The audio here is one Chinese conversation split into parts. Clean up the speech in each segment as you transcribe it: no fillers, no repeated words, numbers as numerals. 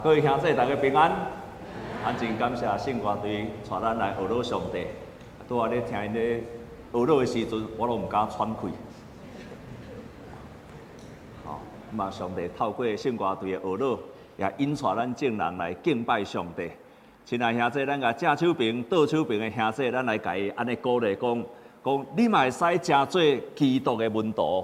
各位兄弟，大家平安。真感谢圣歌队带咱来学老上帝。拄仔咧听因咧学老的时阵，我都唔敢喘气。嘛，上帝透过圣歌队的学老，也引带咱众人来敬拜上帝。亲爱兄弟，咱甲正手边、倒手边的兄弟，咱来甲伊安尼鼓励讲，你嘛会使真做基督的门徒。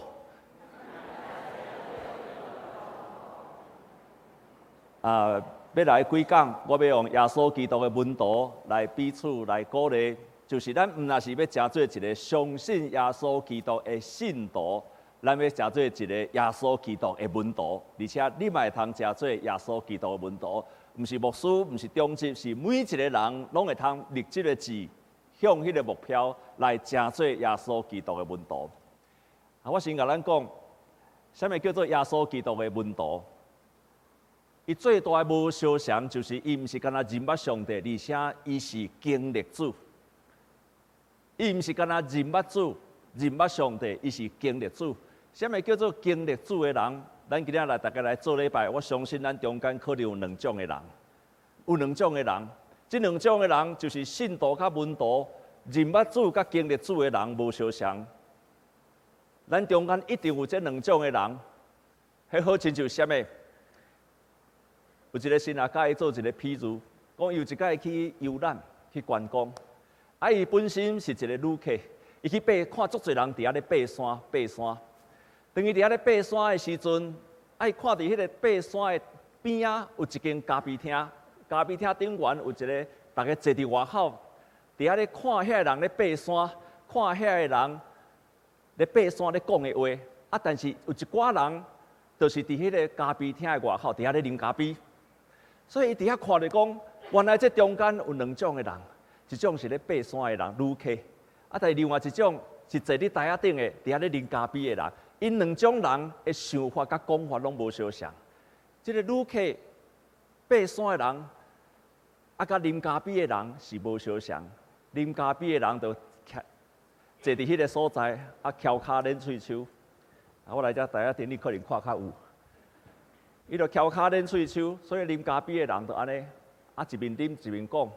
要来几讲，我要用耶稣基督的门徒来彼此来鼓励，就是咱毋若是要真做一个相信耶稣基督的信徒，咱要真做一个耶稣基督的门徒，而且你嘛会通真做耶稣基督的门徒，毋是牧师，毋是中职，是每一个人拢会通立即个志，向迄个目标来真做耶稣基督的门徒。我先甲咱讲，啥物叫做耶稣基督的门徒？伊最大的无相像，就是伊毋是干那认捌上帝，而且伊是经历主。伊毋是干那认捌主、认捌上帝，伊是经历主。啥物叫做经历主的人？咱今仔来大家来做礼拜，我相信咱中间可能有两种的人，有两种的人。这两种的人就是信徒甲门徒，认捌主甲经历主的人无相像。咱中间一定有这两种的人，迄好亲像啥物？有一个神也甲伊做一个譬如，讲有一摆去游览去观光，伊本身是一个旅客，伊去看足侪人伫遐咧爬山。当伊伫遐咧爬山的时阵，伊看伫迄个爬山的边仔有一间咖啡厅，咖啡厅顶缘有一个大家坐伫外口，伫遐咧看遐个人咧爬山，看遐个人咧爬山咧讲的话。但是有一寡人，就是伫迄个咖啡厅的外口，伫遐咧啉咖啡。所以伊伫遐看着讲，原来这中间有两种的人，一种是咧爬山的人，旅客；但另外一种是坐伫台仔顶的，伫遐咧啉咖啡的人。因两种人的想法甲讲法拢无相像。这个旅客、爬山的人，甲啉咖啡的人是无相像。啉咖啡的人就坐伫迄个所在，翘骹捻喙鬚。我来遮台仔顶，你可能看较有。伊就翘骹捻喙鬚，所以啉咖啡的人就安尼，一面啉一面讲，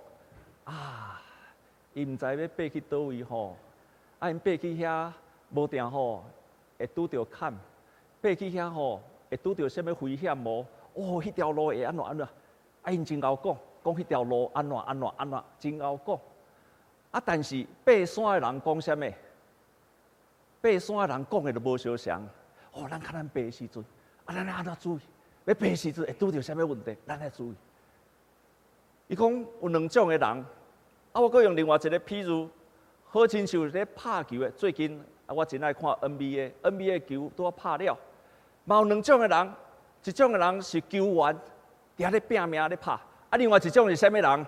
伊毋知要爬去倒位吼，因爬去遐无定吼，会拄着坎；爬去遐吼，会拄着啥物危险无？迄条路会安怎？因真敖讲迄条路安怎，真敖讲。但是爬山的人讲啥物？爬山的人讲的就无相像。咱较咱爬的时阵，咱安怎注意？要爬时阵会拄着啥物问题，咱来注意。伊讲有两种的人，我搁用另外一个譬如，好亲像咧拍球的。最近我真爱看 NBA 球拄拍了，嘛有两种的人，一种的人是球员，伫遐咧拼命咧拍；另外一种是啥物人？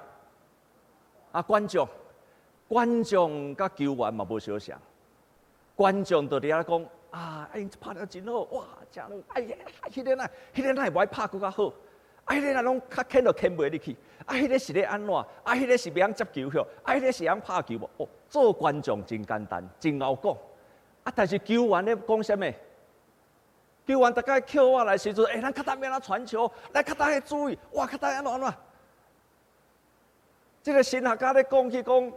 观众甲球员嘛无相像。观众就伫遐讲。因拍得真好，哇，真好！迄个哪会无爱拍搁较好？迄个哪拢较牵都牵袂入去。迄个是咧安怎？迄个是袂晓接球哟？迄个是晓拍球无？做观众真简单，真好讲。但是球员咧讲啥物？球员大概扣我来时阵，咱较等要传球，咱较等要注意，哇，较等安怎？这个神学家咧讲，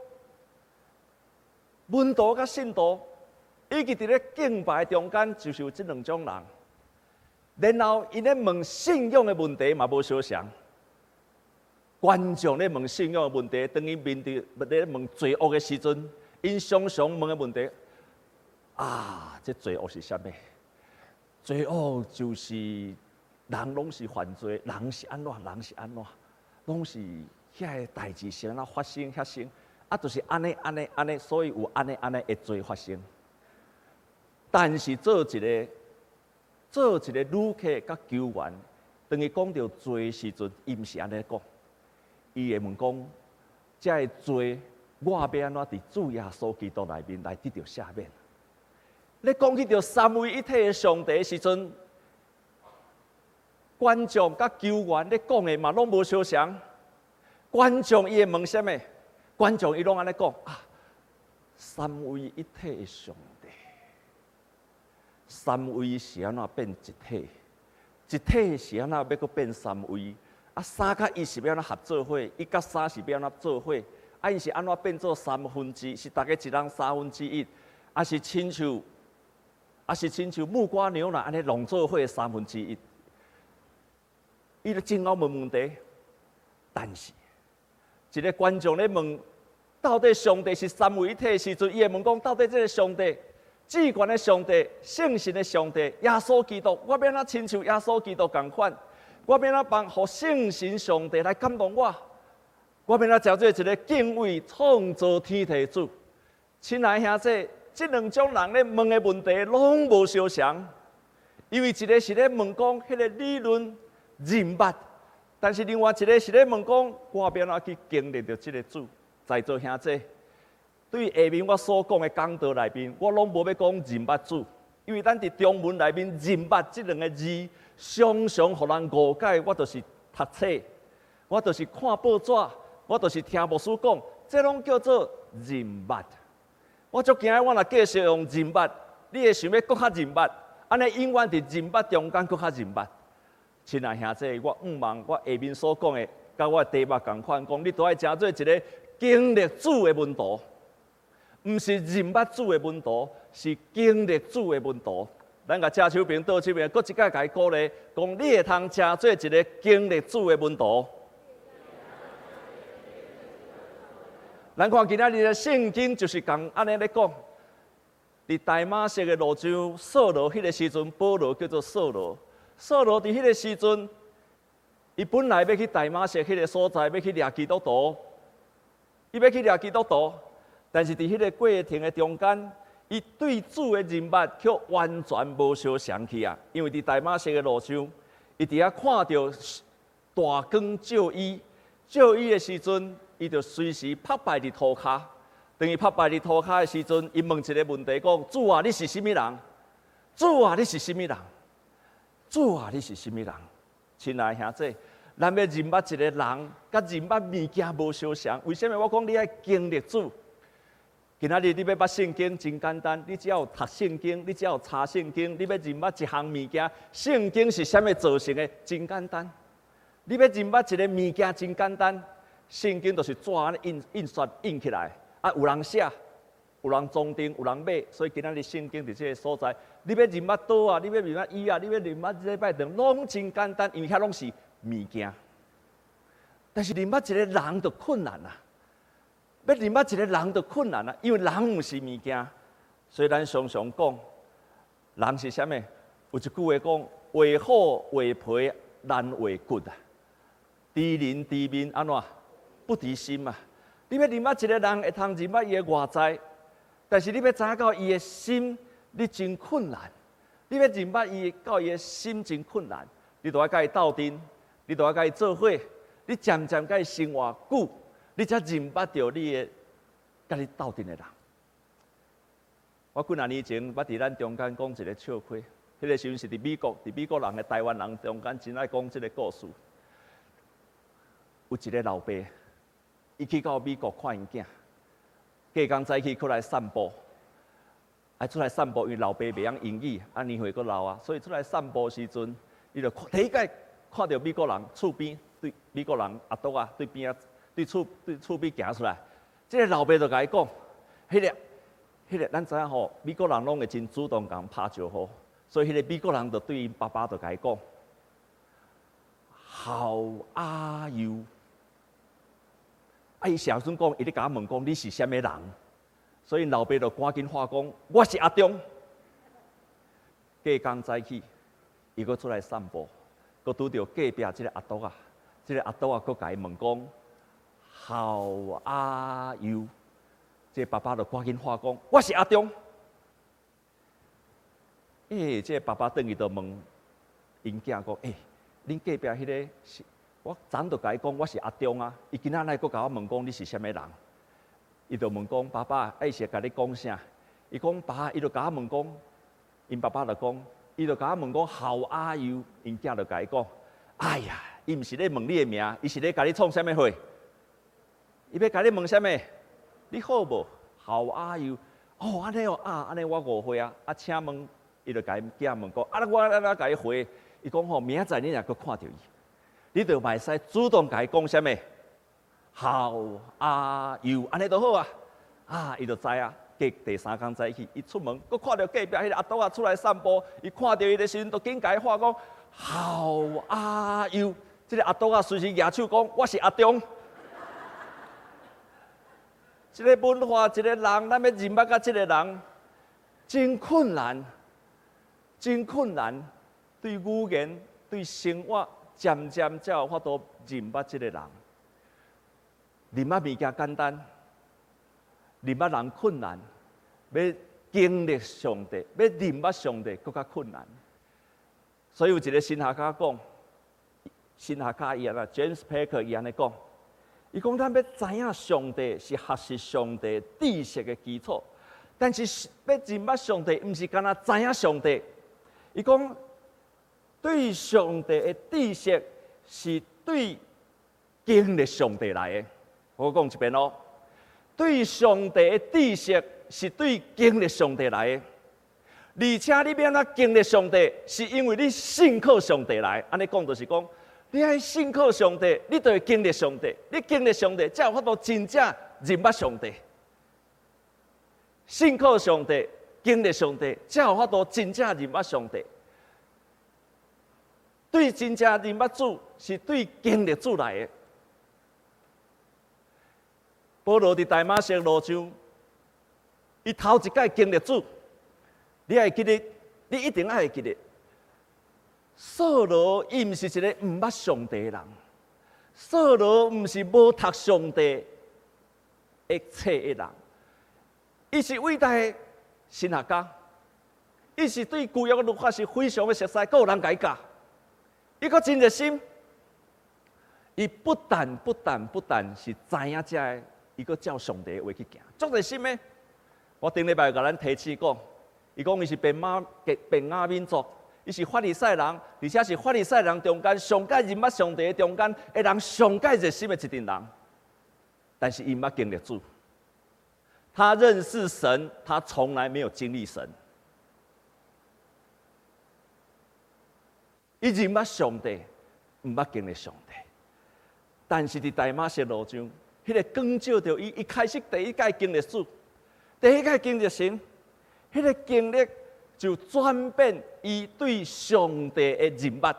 门徒甲信徒。伊伫咧敬拜中间，就是有这两种人。然后，因咧问信仰的问题嘛无相像。观众咧问信仰的问题，当伊面对咧问罪恶的时阵，因常问的问题，这罪恶是啥物？罪恶就是人拢是犯罪，人是安怎，拢是遐个代志是安怎发生遐生，就是安尼，所以有安尼的罪发生。但是做一个旅客甲球员，当伊讲到罪时阵，伊毋是安尼讲，伊会问讲，这罪我要安怎伫主耶稣基督内面来得到赦免？咧讲起到三位一体的上帝的时阵，观众甲球员咧讲的嘛拢无相像。观众伊会问啥物？观众伊拢安尼讲三位一体的上帝。三位是安怎变一体？一体是安怎要搁变三位？ 啊，3甲1是要安怎合作伙？1甲3是要安怎做伙？啊，因是安怎变做1/3？是大家一人1/3？啊是亲像木瓜牛奶安尼弄做伙1/3？伊就真够问问题，但是一个观众咧问，到底上帝是三位一体的时阵，伊会问讲，到底这个上帝？至高的上帝、圣神的上帝、耶稣基督，我要怎亲像耶稣基督同款？我要怎帮互圣神上帝来感动我？我要怎照做一个敬畏创造天地的主？亲爱兄弟，这两种人咧问的问题拢无相像，因为一个是咧问讲迄个理论人物，但是另外一个是咧问讲我要怎去经历到这个主？在座兄弟。对下面我所讲的讲道内面，我拢无要讲人物主，因为咱伫中文内面人物这两个字，常常互人误解。我就是读册，我就是看报纸，我就是听牧师讲，这拢叫做人物。我足惊我若继续用人物，你会想要搁较人物，安尼永远伫人物中间搁较人物。亲爱兄弟，我毋茫我下面所讲的，甲我的题目同款，讲你都爱诚做一个经历主的门徒。毋是人物主的门徒，是经历主的门徒。咱甲正手边倒手边，搁一摆甲伊鼓励，讲你会通诚做一个经历主的门徒。咱看今仔日的圣经就是讲安尼咧讲，伫大马色的路上，扫罗迄个时阵，保罗叫做扫罗。扫罗伫迄个时阵，伊本来要去大马色迄个所在，要去掠基督徒，伊要去掠基督徒。但是伫迄个过程的中间，伊对主的人物却完全无相像去啊！因为伫大马色的路上，伊伫遐看到大光照伊的时阵，伊就随时拍败伫涂骹。等伊拍败伫涂骹的时阵，伊问一个问题：讲主啊，你是甚物人？主啊，你是甚物人？主啊，你是甚物人？亲爱兄弟，咱要认捌一个人，甲认捌物件无相像。为什么我讲你爱经历主？今仔日你要捌圣经真简单，你只要有读圣经，你只要有查圣经，你要认捌一项物件，圣经是啥物造成的？真简单。你要认捌一个物件真简单，圣经就是纸安尼印刷印起来，啊有人写，有人装订，有人买，所以今仔日圣经伫这个所在，你要认捌刀啊，你要认捌椅啊，你要认捌礼拜堂，拢真简单，因为遐拢是物件。但是认捌一个人就困难啦。要认捌一个人就困难啦，因为人毋是物件，所以咱常常讲，人是啥物？有一句话讲：话好话皮难话骨啊，知人知面安怎不知心啊？你要认捌一个人，会通认捌伊的外在，但是你要知影到伊的心，你真困难。你要认捌伊到伊的心真困难，你都要甲伊斗阵，你都要甲伊做伙，你渐渐甲伊生活久。你才认捌到你的甲你斗阵的人。我几啊年前，捌伫咱中间讲一个笑话，迄个时阵是伫美国人的台湾人中间真爱讲这个故事。有一个老爸，伊去到美国看因囝，隔工早起出来散步，出来散步，因为老爸袂晓英语，年岁阁老啊，所以出来散步时阵，伊就第一摆看到美国人厝边对美国人阿斗啊对边啊。对厝边行出来，这个老爸就甲伊讲，迄个，咱知影吼，美国人拢会真主动甲拍招呼，所以迄个美国人就对因爸爸就甲伊讲 ，How are you？ 伊上阵讲，伊咧甲我问讲你是啥物人，所以老爸就赶紧话讲，我是阿中。隔工早起，伊阁出来散步，阁拄着隔壁这个阿斗啊，这个阿斗啊，阁甲伊问讲。How are you？ 这爸爸就赶紧话讲，我是阿中。这爸爸等于就问因囝讲，恁隔壁迄个是，我昨就甲伊讲我是阿中啊，伊今仔来阁甲我问讲你是啥物人？伊就问讲爸爸，是甲你讲啥？伊讲爸，伊就甲我问讲，因爸爸就讲，伊就甲我问讲 How are you？ 因囝就甲伊讲，哎呀，伊毋是咧问你的名，伊是咧甲你创啥物货？伊要甲你问啥物？你好无 ？How are you？ 哦，安尼哦，安尼我误会啊！请问，伊就甲伊囝问讲，我甲伊回，伊讲吼，明仔载你若阁看到伊， 你就袂使主动甲伊讲啥物 ，How are you？ 安尼都好啊，伊就知啊。第3天早起，伊出门，佮看到隔壁迄个阿斗啊出来散步，伊看到伊的时阵，就紧甲伊话讲 How are you？ 这个阿斗啊，随时举手讲我是阿中。这个文化，一个人，咱要认捌甲这个人，真困难，真困难。对语言、对生活，渐渐才有法度认捌这个人。认捌物件简单，认捌人困难。要经历上帝，要认捌上帝，更较困难。所以有一个神学家讲，神学家伊安那 James Packer 伊安尼讲。伊讲，咱要知影上帝是学习上帝知识的基础，但是要认捌上帝，毋是干那知影上帝。伊讲，对上帝的知识是对经历上帝来的。我讲一遍咯，对上帝的知识是对经历上帝来的，而且你要怎经历上帝，是因为你信靠上帝来。安尼讲就是讲。你爱信靠上帝，你就会经历上帝。你经历上帝，才有法度真正认捌上帝。信靠上帝，经历上帝，才有法度真正认捌上帝。对真正认捌主，是对经历主来的。保罗伫大马色路上，伊头一摆经历主，你会记得，你一定爱记得。扫罗伊毋是一个毋捌上帝的人，扫罗毋是无读上帝的册的人，伊是伟大的神学家，伊是对旧约的律法是非常的熟悉，阁有人甲伊教，伊阁真热心，伊不但是知影这个，伊阁照上帝的话去行，足热心的。我顶礼拜甲咱提起讲，伊讲伊是便雅悯族。伊是法利赛人，而且是法利赛人中间上界认捌上帝的中间，会人上界热心的一群人。但是伊毋捌经历主，他认识神，他从来没有经历神。伊认捌上帝，毋捌经历上帝。但是伫大马色路上，迄个光照着伊，一开始第一届经历主，第一届经历神，迄个经历。就转变伊对上帝的认捌，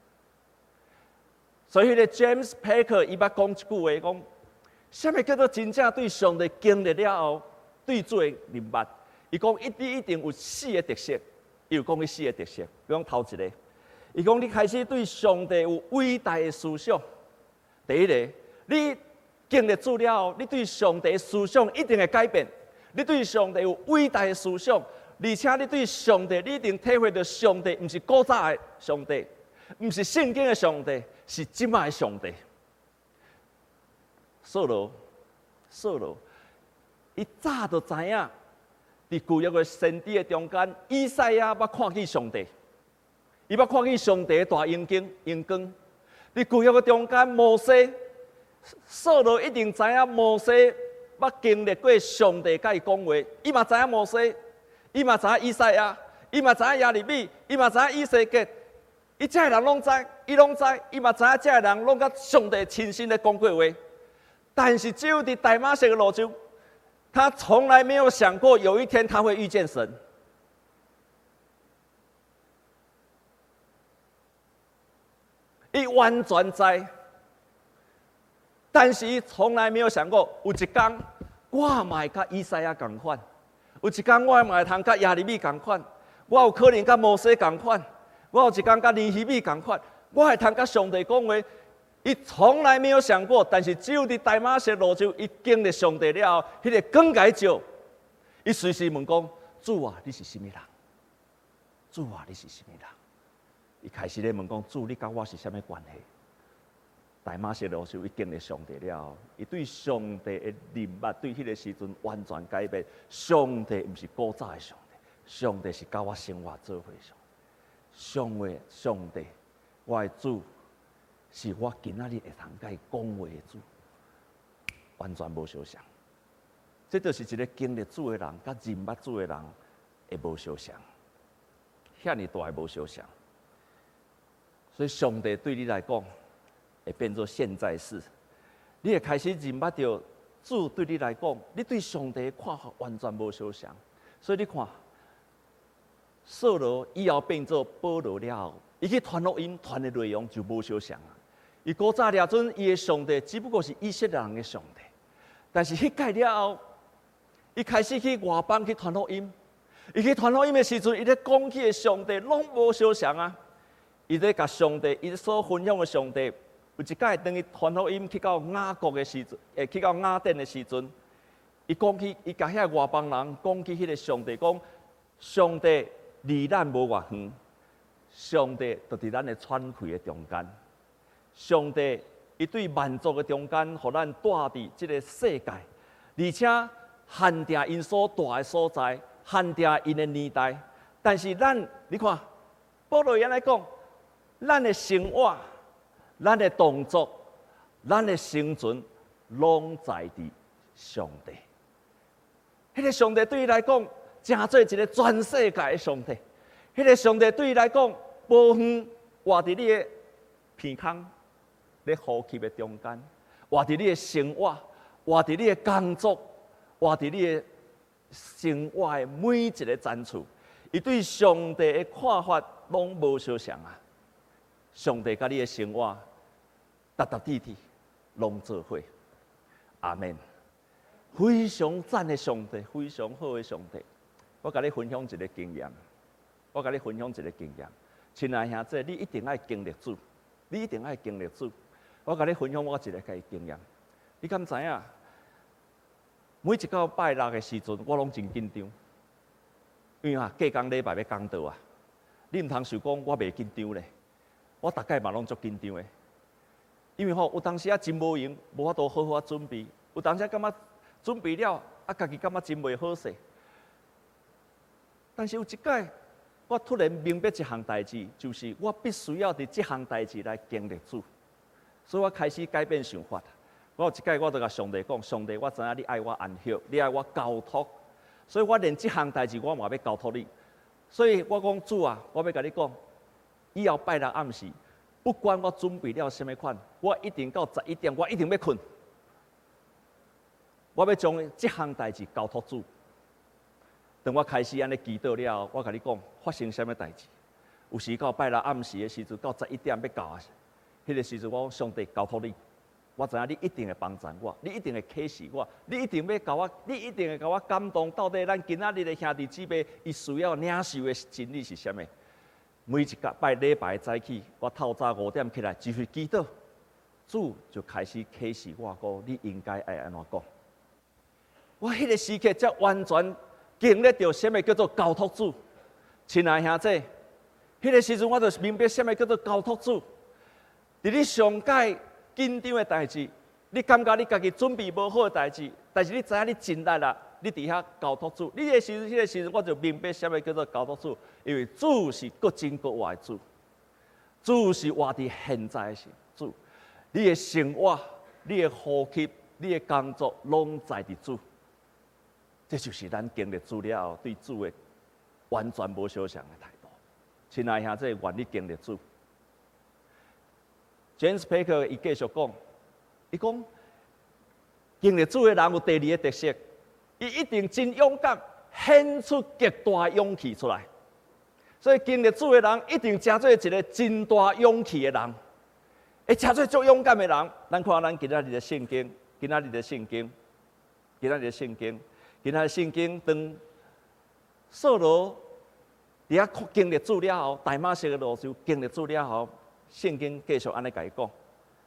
所以咧 James Packer 伊捌讲一句话，讲什么叫做真正对上帝经历了后对主的认捌？伊讲一定有4个特色，伊有讲伊4个特色。比如头一个，伊讲你开始对上帝有伟大的思想。第一个，你经历主了后，你对上帝的思想一定会改变，你对上帝有伟大的思想。而且你对上帝，你一定体会到上帝不是古早的上帝，不是圣经的上帝，是即卖的上帝。扫罗，伊早就知影，伫旧约的先知的中间，以赛亚捌看见上帝，伊捌看见上帝的大阳光。伫旧约的中间，摩西，扫罗一定知影摩西捌经历过上帝甲伊讲话，伊嘛知影摩西。伊嘛知影以赛亚，伊嘛知影耶利米，伊嘛知影以西结，伊这个人拢知，伊拢知，伊嘛知影这个人拢甲上帝亲身的讲过话。但是只有伫大马色的路上，他从来没有想过有一天他会遇见神。伊完全知，但是伊从来没有想过有一天我嘛会甲以赛亚同款。有一天，我嘛会通甲耶利米同款，我有可能甲摩西同款，我有一天甲尼希米同款，我会通甲上帝讲话。伊从来没有想过，但是只有伫大马色路上，伊经历上帝了后，迄个光解照，伊随时问讲：主啊，你是甚物人？主啊，你是甚物人？伊开始咧问讲：主，你甲我是啥物关系？大马色路上，伊经历上帝了后，伊对上帝的认捌，对迄个时阵完全改变。上帝毋是古早的上帝，上帝是甲我生活做伙上帝，我的主是我今仔日会通甲伊讲话的主，完全无相像。这就是一个经历主的人，甲认捌主的人会无相像，遐尼大的无相像。所以上帝对你来讲， 会变作现在式。你会开始认捌到主对你来讲，你对上帝的看法完全无相像。所以你看，扫罗以后变做保罗了后，伊去传福音传的内容就无相像啊。伊古早了阵，伊的上帝只不过是以色列人的上帝，但是迄届了后，伊开始去外邦去传福音。伊去传福音的时阵，伊咧讲起的上帝拢无相像啊。伊咧甲上帝，伊所分享的上帝，有一届当伊传福音去到雅各的时阵，去到雅典的时阵，伊讲起，伊甲遐外邦人讲起迄个上帝，讲上帝离咱无偌远，上帝就伫咱的喘气的中间。上帝伊对万族的中间，互咱带伫即个世界，而且限定因所住的所在。限定因的年代，但是你看，保罗原来讲，咱的生活、咱的动作、咱的生存，拢在伫上帝。迄个上帝对伊来讲，真做一个全世界的上帝。迄个上帝对伊来讲，无远活伫你的鼻孔、咧呼吸的中间，活伫你的生活，活伫你的工作，活伫你的生活的每一个层次，伊对上帝的看法拢无相像啊！上帝甲你的生活，踏踏地地拢做伙。阿门。非常赞的上帝，非常好的上帝。我甲你分享一个经验，亲爱兄弟，你一定爱经历主，你一定爱经历主。我甲你分享我一个经验，你敢知影？每一到拜六的时阵，我拢真紧张，因为隔工礼拜要讲道啊。你唔通想讲我袂紧张咧，我大概嘛拢足紧张的。因为有当时真无闲，无法度好好准备；有当时感觉准备了，家己感觉真袂好势。但是有一届，我突然明白一项代志，就是我必须要伫这项代志来经历主，所以我开始改变想法。我有一届，我就甲上帝讲：上帝，我知影你爱我安息，你爱我交托，所以我连这项代志我嘛要交托你。所以我讲主啊，我要甲你讲，以后拜六暗时，不管我准备了什么款，我一定到11点，我一定要困。我要将这项代志交托主。等我开始安尼祈祷了后，我甲你讲发生什么代志。有时到拜六暗时的时阵，到11点要到啊，迄个时阵我讲上帝交托你。我知影你一定会帮助我，你一定会启示我，你一定会甲我感动。到底咱今仔日的兄弟姊妹，伊需要领受的真理是啥物？每一个拜礼拜早起，我透早5点起来继续祈祷，主就开始启示我讲，你应该爱安怎讲。我迄个时刻才完全经历到什么叫做交托主。亲爱兄弟，迄个时阵我就明白什么叫做交托主。伫你上界紧张的代志，你感觉你家己准备无好的代志，但是你知影你尽力啦，你伫遐交托主。你迄个时阵，我就明白什么叫做交托主，因为主是各真各活的主，主是活伫现在的主。你的生活、你的呼吸、你的工作，拢在伫主。这就是咱经历主了后对主的完全无相像的态度。亲爱兄弟，愿你经历主。James Baker 伊继续讲，伊讲经历主的人有第二个特色，伊一定真勇敢，显出极大勇气出来。所以经历主的人一定真做一个真大勇气的人，会真做足勇敢的人。咱看咱今仔日的圣经，当扫罗伫遐经历主了后，大马色的路就经历主了后。圣经继续安尼甲伊讲，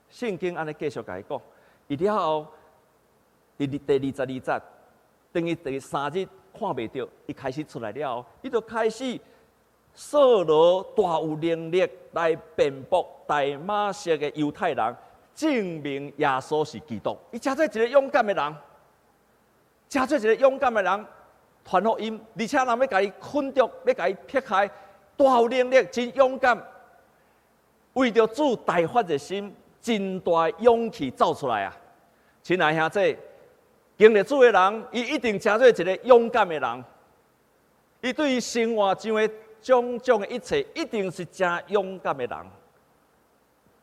伊了后，第22节，等于第3日看袂到，伊开始出来了后，伊就开始扫罗大有能力来辩驳大马色的犹太人，证明耶稣是基督。伊真做一个勇敢的人，传福音，而且人要甲伊捆住，要甲伊撇开，大有能力，真勇敢。为着主大发热心，真大勇气走出来啊！亲爱兄弟，经历主的人，伊一定真做一个勇敢的人。伊对于生活上的种种的一切，一定是真勇敢的人。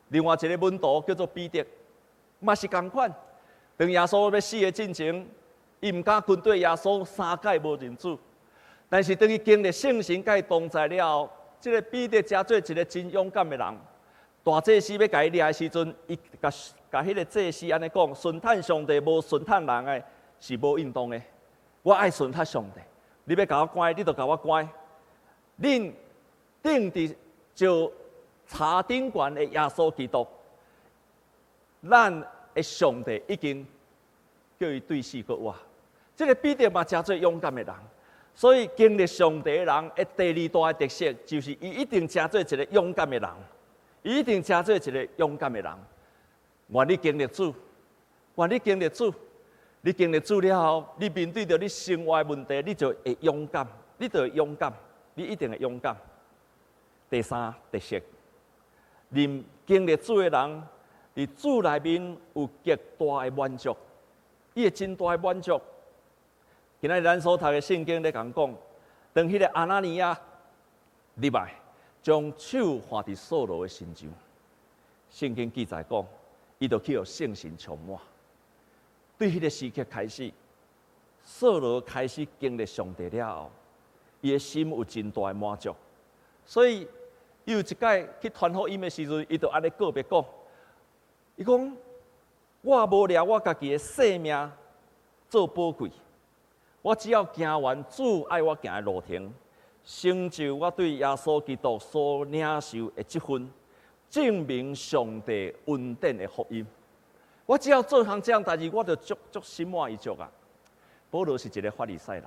另外一个门徒叫做彼得，嘛是同款。当耶稣要死的进前，伊唔敢跟对耶稣3届无认主。但是当伊经历圣神甲伊同在了后，这个彼得真做一个真勇敢的人。大祭司要甲伊掠的时阵，伊甲迄个祭司安尼讲：顺探上帝，无顺探人的，是无运动的。我爱顺探上帝，你要甲我关，你就甲我关。恁顶伫就茶顶悬的耶稣基督，咱的上帝已经叫伊对死过活。这个彼得嘛，真做勇敢的人。所以经历上帝的人的第二大的特色，就是伊一定真做一个勇敢的人。伊一定真做一个勇敢的人。愿你经历主，愿你经历主。你经历主了后，你面对着你生活的问题，你就会勇敢，你就会勇敢，你一定会勇敢。第三特色，经历主的人，伫主内面有极大的满足，伊会真大的满足。今仔日咱所读的圣经咧讲，当迄个阿拿尼亚入来，将手放伫扫罗的身上，圣经记载讲，伊就去互圣神充满。对迄个时刻开始，扫罗开始经历上帝了后，伊的心有真大的满足。所以，伊有一摆去传福音的时阵，伊就安尼告别讲，伊讲：我无掠我家己的性命做宝贵，我只要行完主爱我行的路程，成就我对耶稣基督所领受的这份证明上帝恩典的福音。我只要做项这样代志，我就足心满意足啊！保罗是一个法利赛人，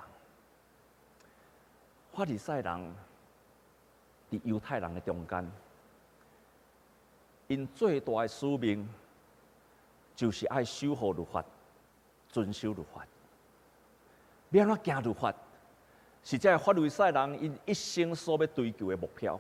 法利赛人伫犹太人的中间，因最大的使命就是爱守护律法，遵守律法。要安怎行律法，是这法利赛人因一生所要追求的目标。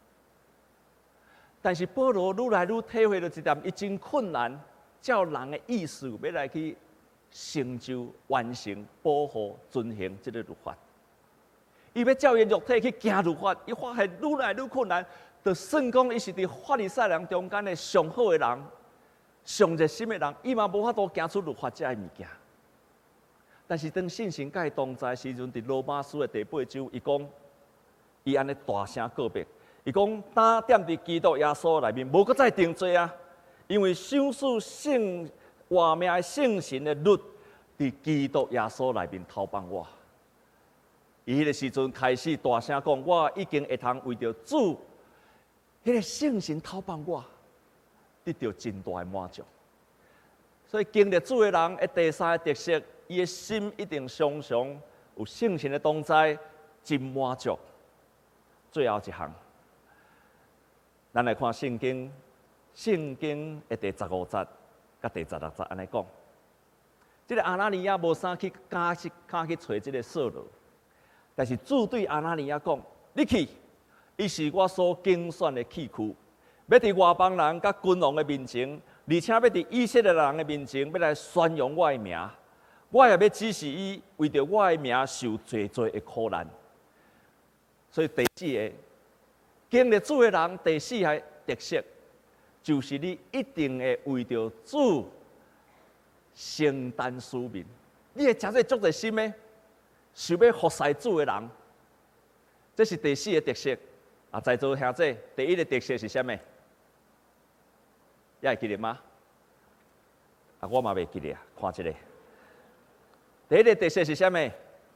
但是保罗愈来愈体会到一点，伊真困难。照人的意思，要来去成就、完成、保护、遵行这个律法。伊要照伊肉体去行律法，伊发现愈来愈困难。就算讲伊是伫法利赛人中间的上好的人、上热心的人，伊嘛无法度行出律法这个物件。但是当圣神甲伊同在时阵，伫罗马书的第8章，伊讲，伊安尼大声告别，伊讲：单踮伫基督耶稣内面，无搁再定罪啊！因为享受圣活命的圣神的律，伫基督耶稣内面投放我。伊迄个时阵开始大声讲：我已经会通为着主，迄个圣神投放我，得到真大的满足。所以经历主的人的第三个特色，伊的心一定常常有圣神的同在，真满足。最后一项，咱来看圣经。圣经的第15节甲第16节安尼讲，这个阿拿尼亚无啥去敢去找这个扫罗，但是主对阿拿尼亚讲：你去，伊是我所竞选的器具，要伫外邦人甲君王的面前，而且要伫以色列人的面前，要来宣扬我的名。我也要指示伊为着我的名受最多的苦难。所以第四个经历主的人，第四个特色。就是你一定会为着主承担使命，你会真做足热心的，想要服侍主的人，这是第四个特色。啊，在座兄弟，第一个特色是啥物？也会记得吗？啊，我嘛袂记得啊，看一个。第一个特色是啥物？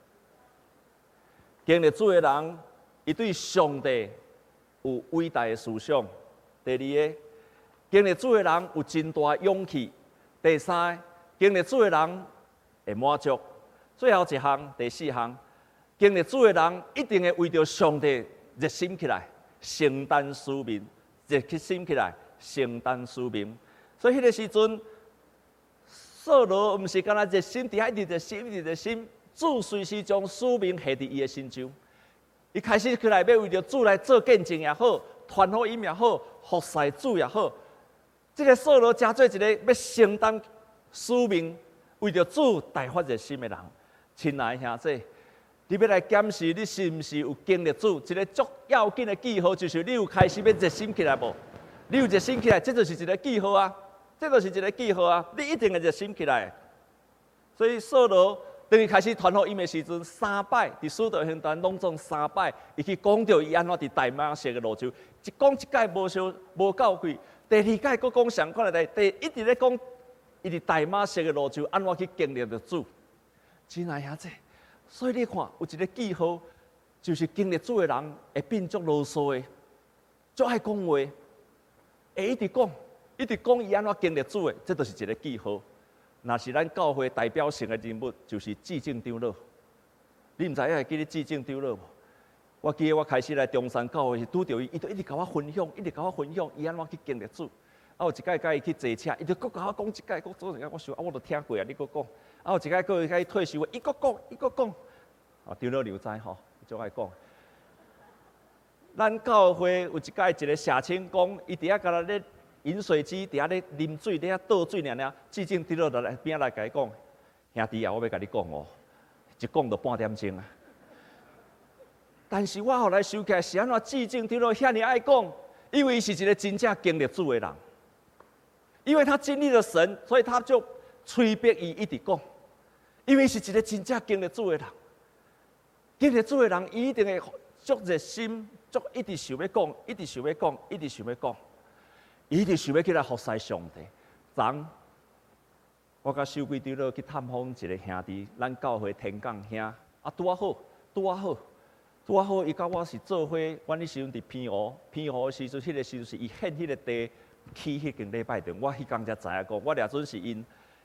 经历主的人，伊对上帝有伟大的思想。第二个。经历主的人有真大勇气。第三，经历主的人会满足。最后一项，第四项，经历主的人一定会为着上帝热心起来，承担使命，热心起来，承担使命。所以迄个时阵，扫罗毋是干那热心，伫遐一直热心，主随时将使命下伫伊的身上。伊开始起来要为着主来做见证也好，传福音也好，服侍主也好。这个扫罗真做一个要承担使命、为着主大发热心的人。亲爱的兄弟，你要来检视你是毋是有经历主？一个足要紧的记号就是你有开始要热心起来无？ 你有热心起来，这就是一个记号啊！这就是一个记号啊！你一定会热心起来。所以扫罗当伊开始传福音的时阵，3摆伫使徒行传拢总3摆，伊去讲到伊安怎伫大马色的路上，一讲一届无够贵，第二届佫讲相款的代，一直咧讲伊伫大马色的路上安怎去经历着主。亲爱兄弟，所以你看有一个记号，就是经历主的人会变足啰嗦的，足爱讲话。会一直讲伊安怎经历主的，这就是一个记号。若是咱教会代表性的人物，就是至正长老。你毋知影会记得至正长老无？我记得我开始来中山教会是拄着伊，伊就一直甲我分享，伊安怎去经历主。啊，有一届甲伊去坐车，伊就甲我讲一届，讲做一届，我想我都听过啊，你讲。啊，有一届甲伊退休，伊讲。啊，长老留在吼，就爱讲。咱教会有一届一个社青讲，伊伫遐甲咱咧饮水机伫遐咧啉水，伫遐倒水尔，至正伫落来边来甲伊讲，兄弟啊，我要甲你讲哦，一讲就半点钟啊。但是我后来想起来是安怎至正伫落遐尔爱讲，因为伊是一个真正经历主的人，因为他经历了神，所以他就催逼伊一直讲，因为是一个真正经历主的人，经历主的人，伊一定会足热心。一直想要讲，伊一直想要起来服侍上帝。昨我甲守规长老去探访一个兄弟，咱教会天港兄，啊拄啊好，伊甲我是做伙，阮迄时阵伫偏湖的时阵，迄个时阵是伊献迄个地起迄间礼拜堂，我迄天才知影讲，我掠准是因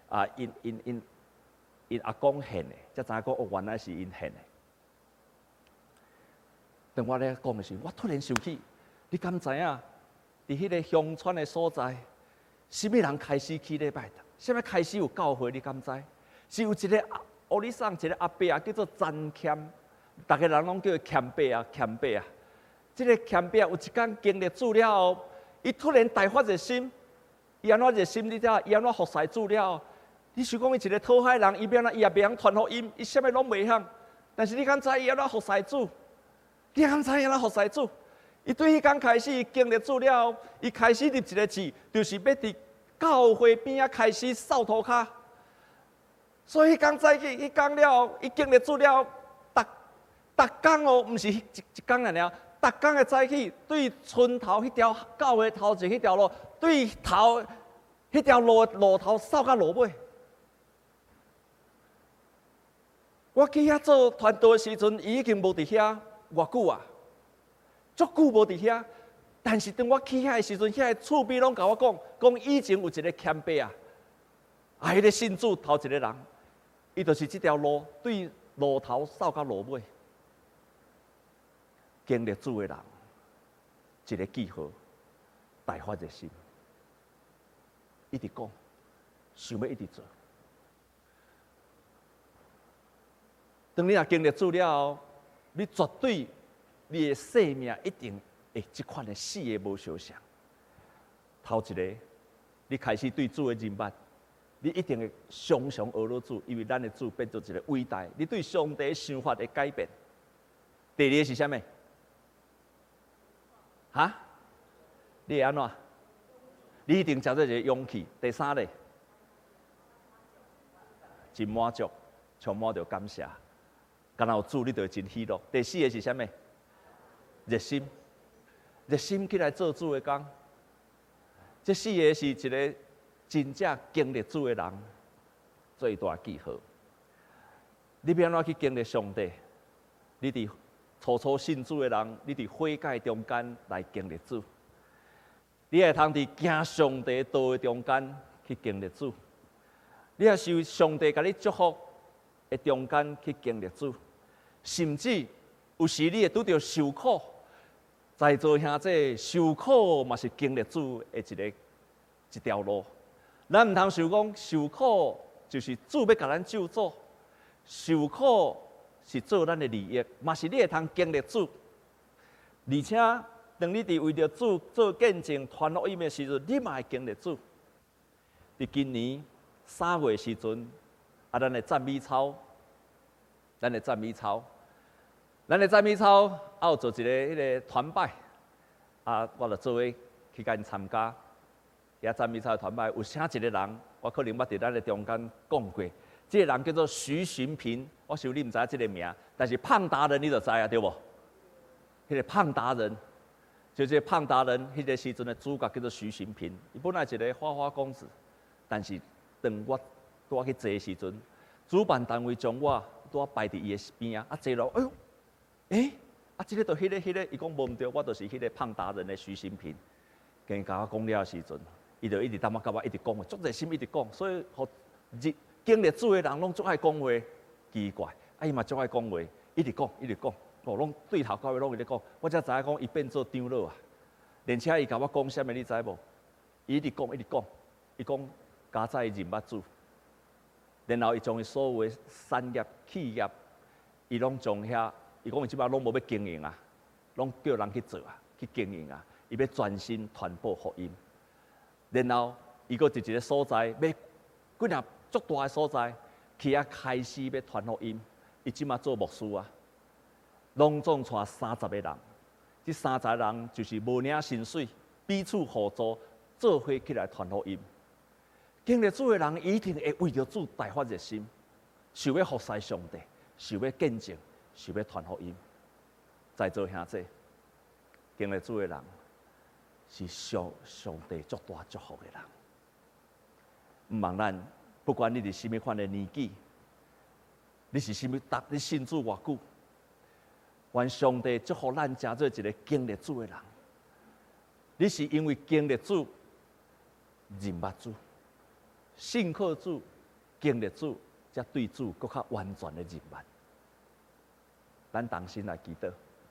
阿公献的，才知影讲哦，原来是因献的。当我咧讲的时候，我突然想起，你敢知影？伫迄个乡村的所在，什么人开始起礼拜堂？什么开始有教会？你敢知？是有一个乌里桑一个阿伯啊，叫做詹谦，大家人拢叫他谦伯啊。这个谦伯有一天经历主了后，伊突然大发热心，伊安怎热心？你知影？伊安怎服侍主了后？你想讲伊一个讨海人，伊也袂晓传福音，伊啥物拢袂晓。但是你敢知伊安怎服侍主？你敢知影咱服侍主？伊对迄天开始经历主了后，伊开始立一个志，就是要伫教会边仔开始扫涂骹。所以迄天早起，迄天了后，伊经历主了后，逐天哦，毋是一天尔，逐天的早起，对村头迄条教会头前迄条路，对头迄条路头扫到路尾。我去遐做传道的时阵，伊已经无伫遐。偌久啊？足久无伫遐，但是当我去遐的时阵，遐的厝边拢甲我讲以前有一个谦伯啊，迄个信主头一个人，伊就是这条路对路头扫到路尾，经历主的人，一个记号，大发热心，一直讲，想要一直做。当你若经历主了后，你绝对，你的生命一定会这款的死的无相像。头一个，你开始对主的认捌，你一定会常常学到主，因为咱的主变做一个伟大，你对上帝的想法的改变。第二个是啥物？你会安怎？你一定找到一个勇气。第三个，真满足，充满着感谢。敢若有主，你就会真喜乐。第四个是啥物？热心起来做主的工。这四个是一个真正经历主的人最大记号。你要安怎去经历上帝？你伫初信主的人，你伫悔改中间来经历主。你会通伫行上帝道的中间去经历主。你也受上帝甲你祝福的中间去经历主。甚至有时你会拄着受苦，在座兄弟受苦嘛是经历主的一条路。咱毋通想讲受苦就是主要甲咱救助，受苦是做咱的利益，嘛是你会通经历主。而且当你伫为着主做见证、传福音的时阵，你嘛会经历主。伫今年3月时阵，咱的赞美操，咱的赞美操有做一个迄个团拜，我就做伙去甲因参加。遐赞美赛团摆有啥一个人，我可能捌伫咱的中间讲过，这个人叫做徐循平，我想你唔知影这个名，但是胖达人你就知啊，对不？迄个胖达人，就这个胖达人，迄个时阵的主角叫做徐循平，伊本来一个花花公子，但是当我去坐的时阵，主办单位将我摆伫伊的边啊，坐落，哎呦，这个就迄个，伊讲无毋对，我就是迄个胖达人的徐循平。跟伊甲我讲了的时阵，伊就一直等我甲我一直讲话，足热心一直讲，所以互经历主的人拢足爱讲话，奇怪，伊嘛足爱讲话，一直讲，拢对头到尾拢一直讲，我才知影讲伊变做长老啊。而且伊甲我讲啥物，你知无？伊一直讲，伊讲家在认捌主，然后伊将伊所有的产业、企业，伊拢将遐，伊讲伊即摆拢无要经营啊，拢叫人去做啊，去经营啊。伊要专心传播福音，然后伊搁伫一个所在，要几若足大的所在，去遐开始要传福音。伊即马做牧师啊，拢总带30个人，这30个人就是无领薪水，彼此互助，做伙起来传福音。经历主的人一定会为着主大发热心，想要服侍上帝，想要见证，想要传福音。在座兄弟，经历主的人。是上帝足大祝福的人，毋茫咱不管你是甚物款的年纪，你是甚物你信主偌久，愿上帝祝福咱成做一个经历主的人。你是因为经历主、认捌主、信靠主、经历主，才对主更较完全的认捌。咱同心来祈祷。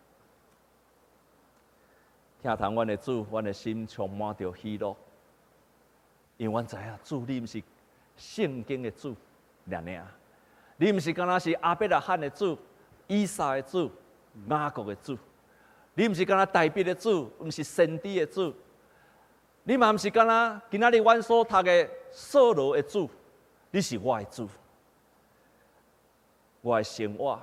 听从阮的主，阮的心充满着喜乐，因为阮知影主你毋是圣经的主，尔，你毋是敢若是亚伯拉罕的主、以撒的主、雅各的主，你毋是敢若大卫的主，毋是先知的主，你嘛毋是敢若今仔日阮所读的扫罗的主，你是我的主，我的生活，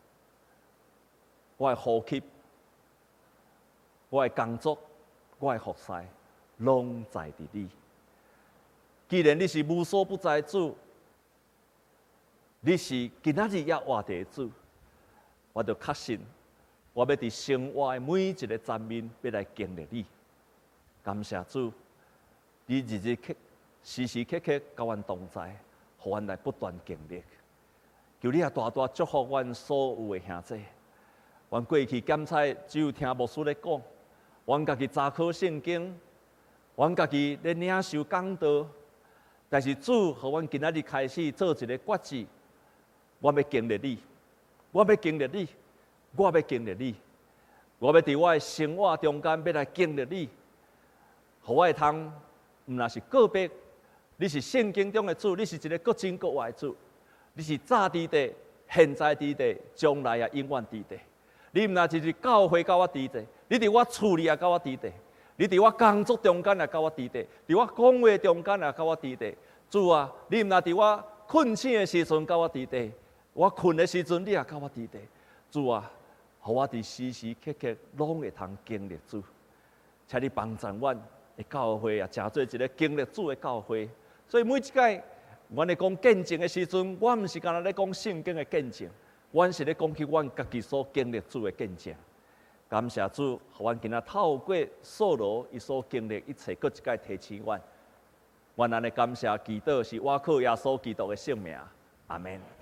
我的呼吸。我的工作，我的服侍，拢在伫你。既然你是无所不在的主，你是今仔日也活地的主，我就确信，我要伫生活的每一个层面，要来经历你。感谢主，你时时刻刻甲阮同在，互阮来不断经历。求你也大大祝福阮所有的兄弟。阮过去检测只有听牧师咧讲。阮家己查考圣经，阮家己咧领受讲道，但是主，互阮今仔日开始做一个决志，我要经历你，我要经历你，我要经历你，我要伫我的生活中间要来经历你，互我会通，毋若是个别，你是圣经中的主，你是一个各真各活的主，你是早伫地，现在伫地，将来也永远伫地。你毋若就是教会甲我伫地，你伫我厝里也甲我伫地，你伫我工作中间也甲我伫地，伫我讲话中间也甲我伫地。主啊，你毋若伫我困醒的时阵甲我伫地，我困的时阵你也甲我伫地。主啊，互我伫时时刻刻拢会通经历主，请你帮助阮的教会也诚做一个经历主的教会。所以每一届阮咧讲见证的时阵，我毋是干那咧讲圣经的见证。阮是咧讲起阮家己所经历主的见证，感谢主，互阮今仔透过扫罗伊所经历一切，搁一届提醒阮。阮安尼感谢祈祷，是我靠耶稣基督的圣名，阿门。